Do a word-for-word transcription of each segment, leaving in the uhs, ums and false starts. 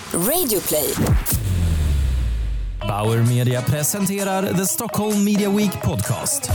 Radioplay. Bauer Media presenterar The Stockholm Media Week Podcast.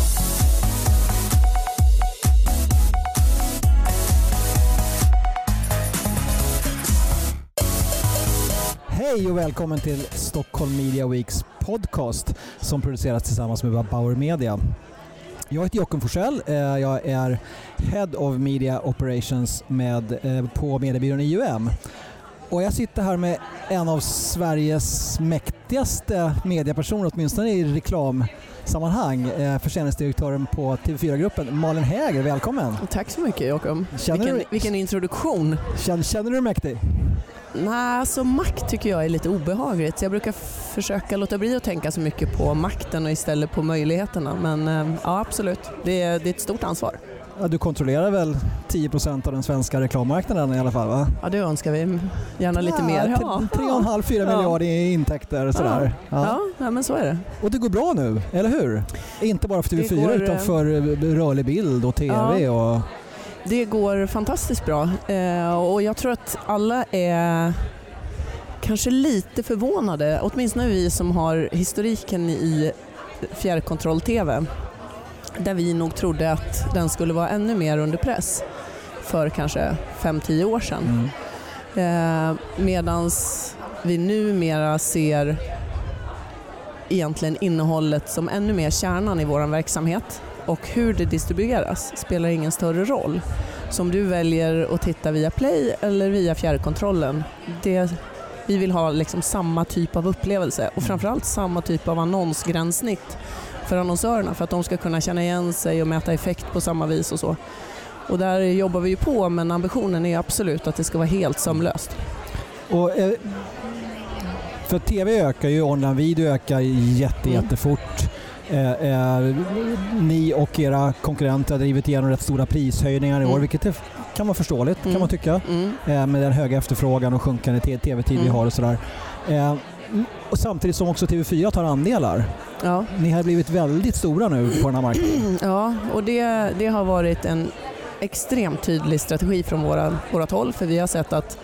Hej och välkommen till Stockholm Media Weeks podcast som produceras tillsammans med Bauer Media. Jag heter Jochen Forsell, jag är Head of Media Operations med, på mediebyrån I U M. Och jag sitter här med en av Sveriges mäktigaste mediepersoner, åtminstone i reklamsammanhang, försäljningsdirektören på T V fyra-gruppen, Malin Häger. Välkommen! Tack så mycket, Jochen. Känner vilken, du, vilken introduktion! Känner, känner du dig mäktig? Nej, alltså makt tycker jag är lite obehagligt. Jag brukar f- försöka låta bli att tänka så mycket på makten och istället på möjligheterna. Men äh, ja, absolut. Det är, det är ett stort ansvar. Ja, du kontrollerar väl tio procent av den svenska reklammarknaden i alla fall, va? Ja, det önskar vi. Gärna lite ja, mer. Ja. tre komma fem till fyra ja. miljarder i intäkter och sådär. Ja. Ja. Ja, men så är det. Och det går bra nu, eller hur? Inte bara för T V fyra går, utan för rörlig bild och T V. Ja. Och... Det går fantastiskt bra. Eh, och jag tror att alla är kanske lite förvånade, åtminstone vi som har historiken i fjärrkontroll-T V, där vi nog trodde att den skulle vara ännu mer under press för kanske fem till tio år sedan. Mm. Eh, medans vi numera ser egentligen innehållet som ännu mer kärnan i vår verksamhet, och hur det distribueras spelar ingen större roll. Så om du väljer att titta via Play eller via fjärrkontrollen, det, vi vill ha liksom samma typ av upplevelse och framförallt samma typ av annonsgränssnitt för annonsörerna, för att de ska kunna känna igen sig och mäta effekt på samma vis och så. Och där jobbar vi ju på, men ambitionen är absolut att det ska vara helt sömlöst. Och, eh, för T V ökar ju, online-video ökar jätte, mm. jättefort. Eh, eh, ni och era konkurrenter har drivit igenom rätt stora prishöjningar i år, mm. vilket är, kan vara förståeligt, mm. kan man tycka, mm. eh, med den höga efterfrågan och sjunkande T V-tid mm. vi har och sådär. Eh, och samtidigt som också T V fyra tar andelar. Ja. Ni har blivit väldigt stora nu på den här marknaden. Ja, och det, det har varit en extremt tydlig strategi från våra, vårat håll, för vi har sett att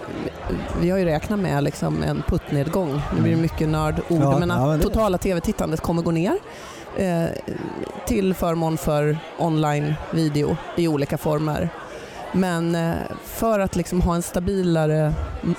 vi har ju räknat med liksom en puttnedgång. Nu blir det mycket nördord, ja, men att ja, men det... totala T V-tittandet kommer gå ner eh, till förmån för online-video i olika former. Men eh, för att liksom ha en stabilare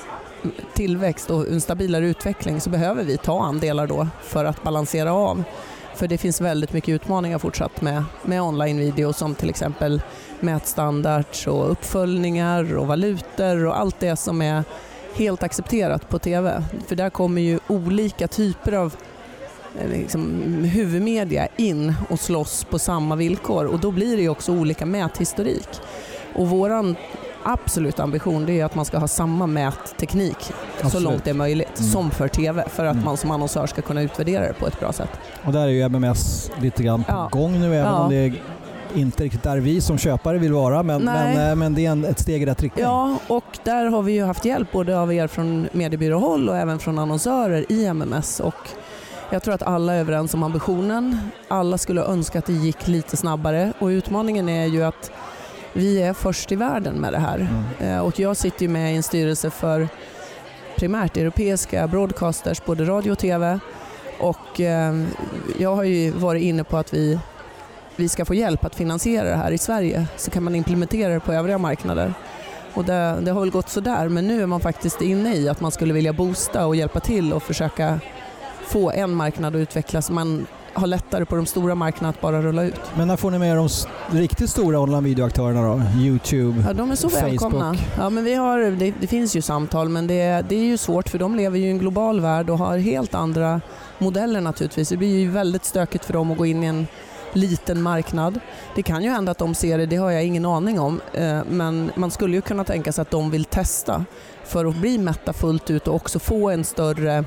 tillväxt och en stabilare utveckling så behöver vi ta andelar då för att balansera av. För det finns väldigt mycket utmaningar fortsatt med, med online-video, som till exempel mätstandards och uppföljningar och valutor och allt det som är helt accepterat på T V. För där kommer ju olika typer av liksom, huvudmedia in och slåss på samma villkor, och då blir det ju också olika mäthistorik. Och våran absolut ambition, det är att man ska ha samma mätteknik Absolut. så långt det är möjligt mm. som för T V, för att mm. man som annonsör ska kunna utvärdera det på ett bra sätt. Och där är ju M M S lite grann på ja. gång nu, även ja. om det är inte riktigt där vi som köpare vill vara, men, men, men det är en, ett steg i rätt riktning. Ja, och där har vi ju haft hjälp både av er från mediebyråhåll och även från annonsörer i M M S, och jag tror att alla är överens om ambitionen. Alla skulle önska att det gick lite snabbare, och utmaningen är ju att vi är först i världen med det här. Mm. Och jag sitter ju med i en styrelse för primärt europeiska broadcasters, både radio och T V. Och jag har ju varit inne på att vi, vi ska få hjälp att finansiera det här i Sverige, så kan man implementera det på övriga marknader. Och det, det har väl gått så där, men nu är man faktiskt inne i att man skulle vilja boosta och hjälpa till och försöka få en marknad att utvecklas. Man har lättare på de stora marknaderna att bara rulla ut. Men när får ni med de riktigt stora online-videoaktörerna då? YouTube, ja, de är så Facebook? Välkomna. Ja, men vi har, det, det finns ju samtal, men det, det är ju svårt, för de lever ju i en global värld och har helt andra modeller naturligtvis. Det blir ju väldigt stökigt för dem att gå in i en liten marknad. Det kan ju hända att de ser det, det har jag ingen aning om, men man skulle ju kunna tänka sig att de vill testa för att bli mätta fullt ut och också få en större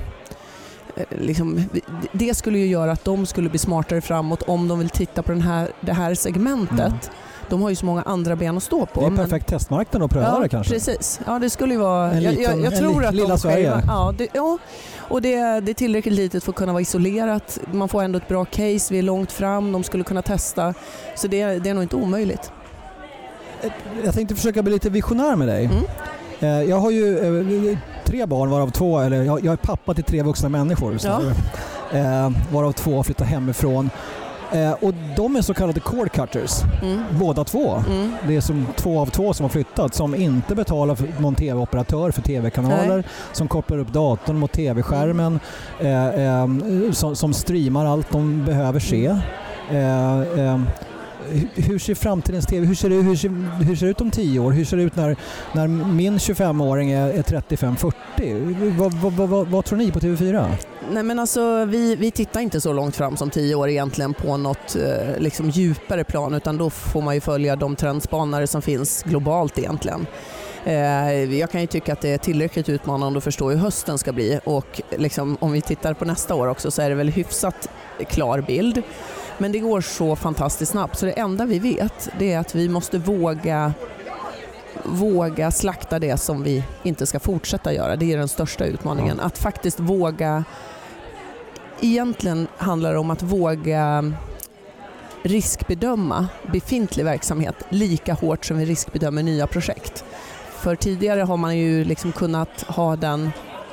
liksom, det skulle ju göra att de skulle bli smartare framåt om de vill titta på den här, det här segmentet. Mm. De har ju så många andra ben att stå på. Det är en perfekt men... testmarknad att pröva ja, det kanske. Precis. Ja, det skulle ju vara... En liten, jag, jag, jag tror li- att lilla de Sverige. Ja, det, ja, och det, det är tillräckligt litet för att kunna vara isolerat. Man får ändå ett bra case, vi är långt fram, de skulle kunna testa. Så det, det är nog inte omöjligt. Jag tänkte försöka bli lite visionär med dig. Mm. Jag har ju tre barn varav två, eller jag, jag är pappa till tre vuxna människor. Så, ja. eh, varav två har flyttat hemifrån. Eh, och de är så kallade cord cutters, mm. båda två. Mm. Det är som två av två som har flyttat, som inte betalar för någon tv-operatör för tv-kanaler, Nej. som kopplar upp datorn mot tv-skärmen, eh, eh, som, som streamar allt de behöver se. Eh, eh, hur ser framtidens tv, hur ser det, hur ser, hur ser det ut om tio år? Hur ser det ut när, när min tjugofem-åring är, är trettiofem fyrtio? Vad, vad, vad, vad, vad tror ni på T V fyra? Nej, men alltså, vi, vi tittar inte så långt fram som tio år egentligen på något eh, liksom djupare plan, utan då får man ju följa de trendspanare som finns globalt egentligen. Eh, jag kan ju tycka att det är tillräckligt utmanande att förstå hur hösten ska bli, och liksom, om vi tittar på nästa år också så är det väl hyfsat klar bild. Men det går så fantastiskt snabbt, så det enda vi vet det är att vi måste våga våga slakta det som vi inte ska fortsätta göra. Det är den största utmaningen. Att faktiskt våga, egentligen handlar det om att våga riskbedöma befintlig verksamhet lika hårt som vi riskbedömer nya projekt. För tidigare har man ju liksom kunnat ha den,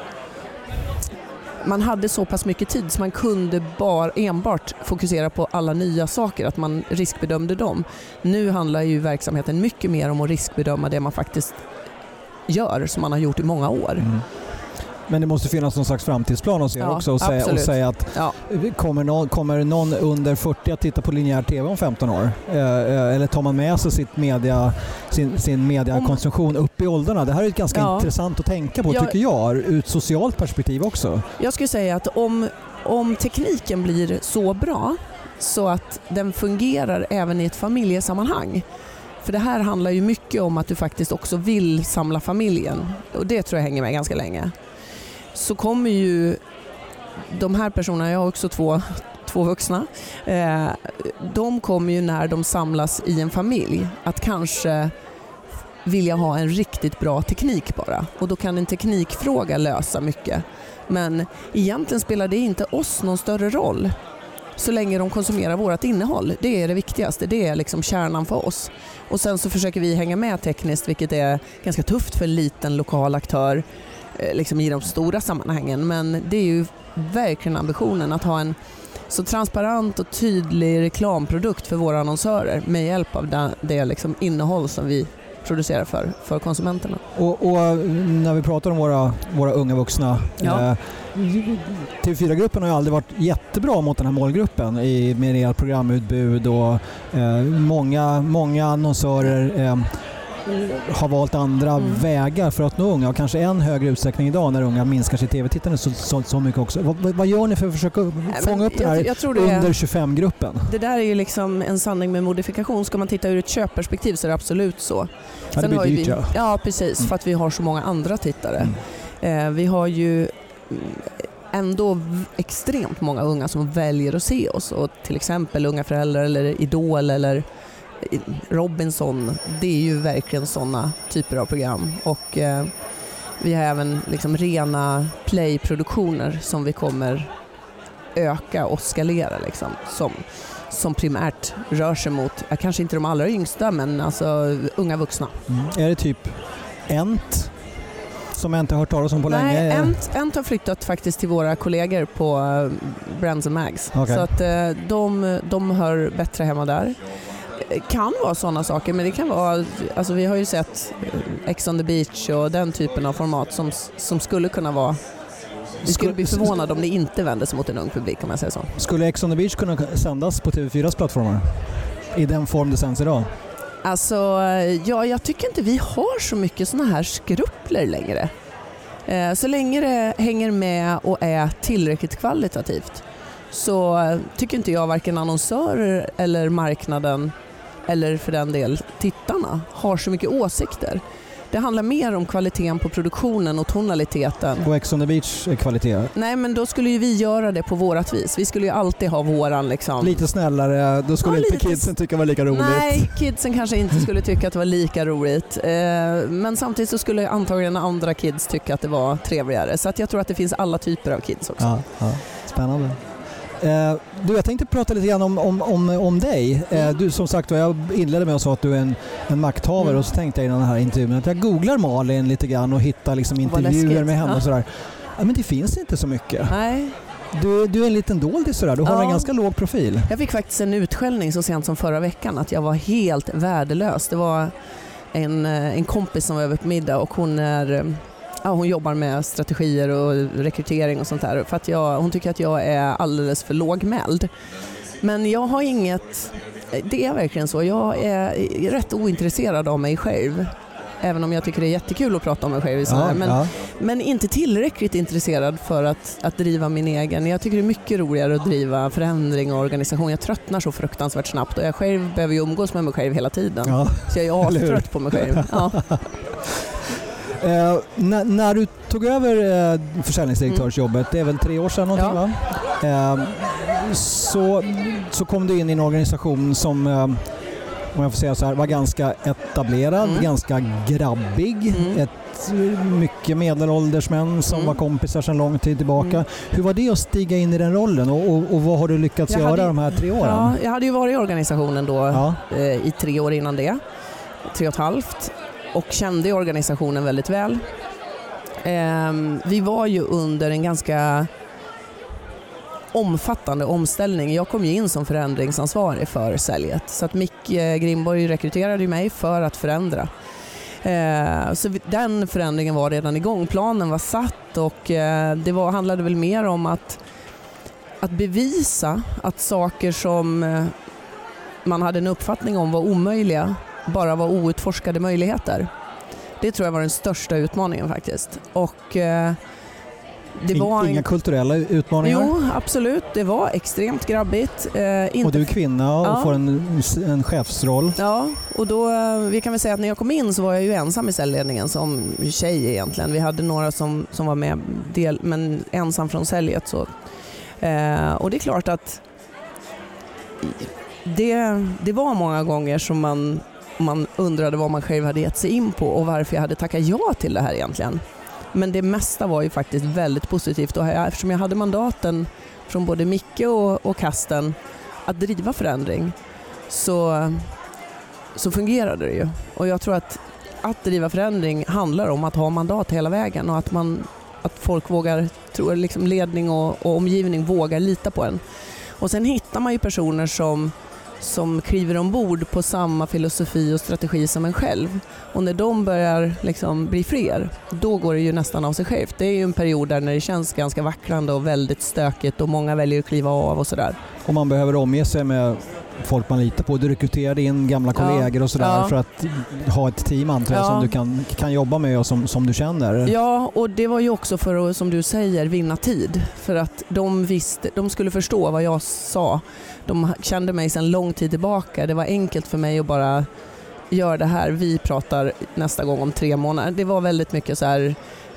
man hade så pass mycket tid så man kunde bara enbart fokusera på alla nya saker, att man riskbedömde dem. Nu handlar ju verksamheten mycket mer om att riskbedöma det man faktiskt gör, som man har gjort i många år. Mm. Men det måste finnas någon slags framtidsplan hos er ja, också och säga, och säga att ja. kommer, någon, kommer någon under fyrtio att titta på linjär tv om femton år? Eh, eller tar man med sig sitt media, sin, sin mediakonsumtion upp i åldrarna? Det här är ganska ja. intressant att tänka på, jag, tycker jag, ur ett socialt perspektiv också. Jag skulle säga att om, om tekniken blir så bra så att den fungerar även i ett familjesammanhang, för det här handlar ju mycket om att du faktiskt också vill samla familjen, och det tror jag hänger med ganska länge, så kommer ju de här personerna, jag har också två, två vuxna, eh, de kommer ju när de samlas i en familj att kanske vilja ha en riktigt bra teknik bara, och då kan en teknikfråga lösa mycket. Men egentligen spelar det inte oss någon större roll så länge de konsumerar vårt innehåll. Det är det viktigaste, det är liksom kärnan för oss. Och sen så försöker vi hänga med tekniskt, vilket är ganska tufft för en liten lokal aktör liksom i de stora sammanhangen, men det är ju verkligen ambitionen att ha en så transparent och tydlig reklamprodukt för våra annonsörer med hjälp av det, det liksom innehåll som vi producerar för, för konsumenterna. Och, och när vi pratar om våra, våra unga vuxna, ja. eh, T V fyra-gruppen har ju aldrig varit jättebra mot den här målgruppen i, med ert programutbud, och eh, många, många annonsörer eh, har valt andra mm. vägar för att nå unga, och kanske en högre utsträckning idag när unga minskar sitt tv-tittande så, så, så mycket också. Vad, vad gör ni för att försöka fånga Men upp den här jag, jag under tjugofem-gruppen? Det där är ju liksom en sanning med modifikation. Ska man titta ur ett köpperspektiv så är det absolut så. Ja, det blir dyrt, vi, ja. Ja, precis, mm. för att vi har så många andra tittare. Mm. Eh, vi har ju ändå extremt många unga som väljer att se oss, och till exempel Unga föräldrar eller Idol eller Robinson, det är ju verkligen sådana typer av program, och eh, vi har även liksom rena playproduktioner som vi kommer öka och skalera liksom, som, som primärt rör sig mot, eh, kanske inte de allra yngsta, men alltså unga vuxna. Mm. Är det typ Ent som jag inte har hört talas om på Nej, länge? Ent, Ent har flyttat faktiskt till våra kollegor på uh, Brands and Mags, okay. så att uh, de, de hör bättre hemma där. Kan vara sådana saker, men det kan vara, alltså vi har ju sett Ex on the Beach och den typen av format som, som skulle kunna vara, vi skulle bli förvånade om det inte vänder sig mot en ung publik, om jag säger så. Skulle Ex on the Beach kunna sändas på T V fyras plattformar i den form det sänds idag? Alltså, ja, jag tycker inte vi har så mycket såna här skrupler längre. Eh, så länge det hänger med och är tillräckligt kvalitativt så tycker inte jag varken annonsörer eller marknaden eller för den del tittarna har så mycket åsikter. Det handlar mer om kvaliteten på produktionen och tonaliteten. Och Ex on the Beach är kvalitet? Nej, men då skulle ju vi göra det på vårat vis. Vi skulle ju alltid ha våran liksom... Lite snällare, då skulle ja, inte lite... kidsen tycka det var lika roligt. Nej, kidsen kanske inte skulle tycka att det var lika roligt. Men samtidigt så skulle antagligen andra kids tycka att det var trevligare. Så att jag tror att det finns alla typer av kids också. Ja, ja. Spännande. Eh, du, jag tänkte prata lite grann om, om, om, om dig. Eh, du, som sagt, jag inledde med att säga att du är en, en makthavare mm. och så tänkte jag innan den här intervjun att jag googlar Malin lite grann och hittar liksom intervjuer med henne ja. och sådär. Ja, men det finns inte så mycket. Nej. Du, du är en liten doldis sådär, du har ja. en ganska låg profil. Jag fick faktiskt en utskällning så sent som förra veckan att jag var helt värdelös. Det var en, en kompis som var över på middag och hon är... Ja, hon jobbar med strategier och rekrytering och sånt där för att jag, hon tycker att jag är alldeles för lågmäld. Men jag har inget, det är verkligen så, jag är rätt ointresserad av mig själv. Även om jag tycker det är jättekul att prata om mig själv. Ja, men, ja. men inte tillräckligt intresserad för att, att driva min egen. Jag tycker det är mycket roligare att driva förändring och organisation. Jag tröttnar så fruktansvärt snabbt och jag själv behöver ju umgås med mig själv hela tiden. Ja. Så jag är astrött på mig själv. Ja. Eh, när, när du tog över eh, försäljningsdirektörsjobbet, mm. det är väl tre år sedan någonting ja. va? Eh, så, så kom du in i en organisation som, eh, om jag får säga så här, var ganska etablerad, mm. ganska grabbig. Mm. Ett, mycket medelålders män som mm. var kompisar sedan lång tid tillbaka. Mm. Hur var det att stiga in i den rollen och, och, och vad har du lyckats jag göra hade, de här tre åren? Ja, jag hade ju varit i organisationen då ja. eh, i tre år innan det. Tre och ett halvt. Och kände organisationen väldigt väl. Eh, vi var ju under en ganska omfattande omställning. Jag kom ju in som förändringsansvarig för säljet. Så att Micke Grimborg rekryterade mig för att förändra. Eh, så den förändringen var redan igång. Planen var satt och eh, det var, handlade väl mer om att, att bevisa att saker som eh, man hade en uppfattning om var omöjliga bara var outforskade möjligheter. Det tror jag var den största utmaningen faktiskt. Och eh, det var inga en... kulturella utmaningar? Jo, absolut. Det var extremt grabbigt. Eh, inte... Och du är kvinna och ja. får en, en chefsroll. Ja, och då, vi kan väl säga att när jag kom in så var jag ju ensam i säljledningen som tjej egentligen. Vi hade några som, som var med, del, men ensam från säljet. Så. Eh, och det är klart att det, det var många gånger som man man undrade vad man själv hade gett sig in på och varför jag hade tackat ja till det här egentligen. Men det mesta var ju faktiskt väldigt positivt och jag, eftersom jag hade mandaten från både Micke och, och Kasten att driva förändring så, så fungerade det ju. Och jag tror att att driva förändring handlar om att ha mandat hela vägen och att, man, att folk vågar, tror liksom ledning och, och omgivning vågar lita på en. Och sen hittar man ju personer som som kliver ombord på samma filosofi och strategi som en själv. Och när de börjar liksom bli fler, då går det ju nästan av sig självt. Det är ju en period där när det känns ganska vacklande och väldigt stökigt och många väljer att kliva av och sådär. Och man behöver omge sig med folk man litar på. Du rekryterade in gamla kollegor ja. och sådär ja. för att ha ett team antar jag ja. som du kan, kan jobba med och som, som du känner. Ja, och det var ju också för att, som du säger, vinna tid. För att de visste, de skulle förstå vad jag sa. De kände mig sedan lång tid tillbaka. Det var enkelt för mig att bara göra det här. Vi pratar nästa gång om tre månader. Det var väldigt mycket så här,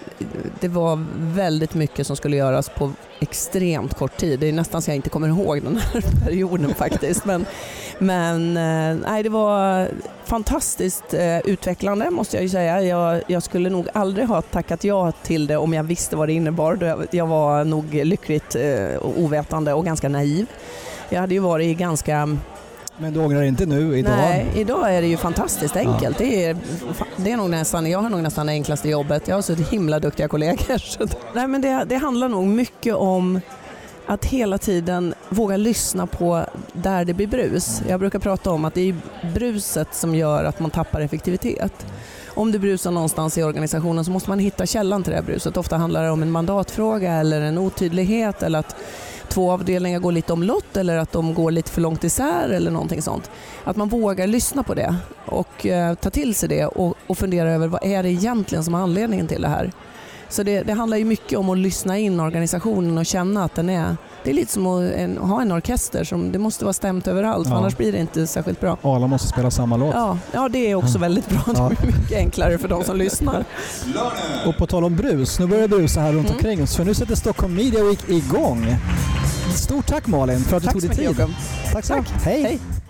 det var väldigt mycket som skulle göras på extremt kort tid. Det är nästan så jag inte kommer ihåg den här perioden faktiskt. Men, men nej, det var fantastiskt eh, utvecklande måste jag ju säga. Jag, jag skulle nog aldrig ha tackat ja till det om jag visste vad det innebar. Jag, jag var nog lyckligt eh, ovetande och ganska naiv. Jag hade ju varit ganska... Men du ångrar inte nu idag? Nej, idag är det ju fantastiskt enkelt. Ja. Det är, det är nog nästan, jag har nog nästan det enklaste jobbet. Jag har så himla duktiga kollegor. Nej, men det, det handlar nog mycket om att hela tiden våga lyssna på där det blir brus. Jag brukar prata om att det är bruset som gör att man tappar effektivitet. Om det brusar någonstans i organisationen så måste man hitta källan till det här bruset. Ofta handlar det om en mandatfråga eller en otydlighet eller att två avdelningar går lite omlott eller att de går lite för långt isär eller någonting sånt. Att man vågar lyssna på det och eh, ta till sig det och, och fundera över vad är det egentligen som är anledningen till det här. Så det, det handlar ju mycket om att lyssna in organisationen och känna att den är, det är lite som att en, ha en orkester som det måste vara stämt överallt, ja. Annars blir det inte särskilt bra. Och alla måste spela samma låt. Ja, ja det är också väldigt bra. Ja. Det är mycket enklare för de som lyssnar. Och på tal om brus, nu börjar det brusa här runt mm. omkring oss för nu sätter Stockholm Media Week igång. Stort tack Malin för att du tack tog dig tid. Tack så mycket. Tack så mycket. Hej. Hej.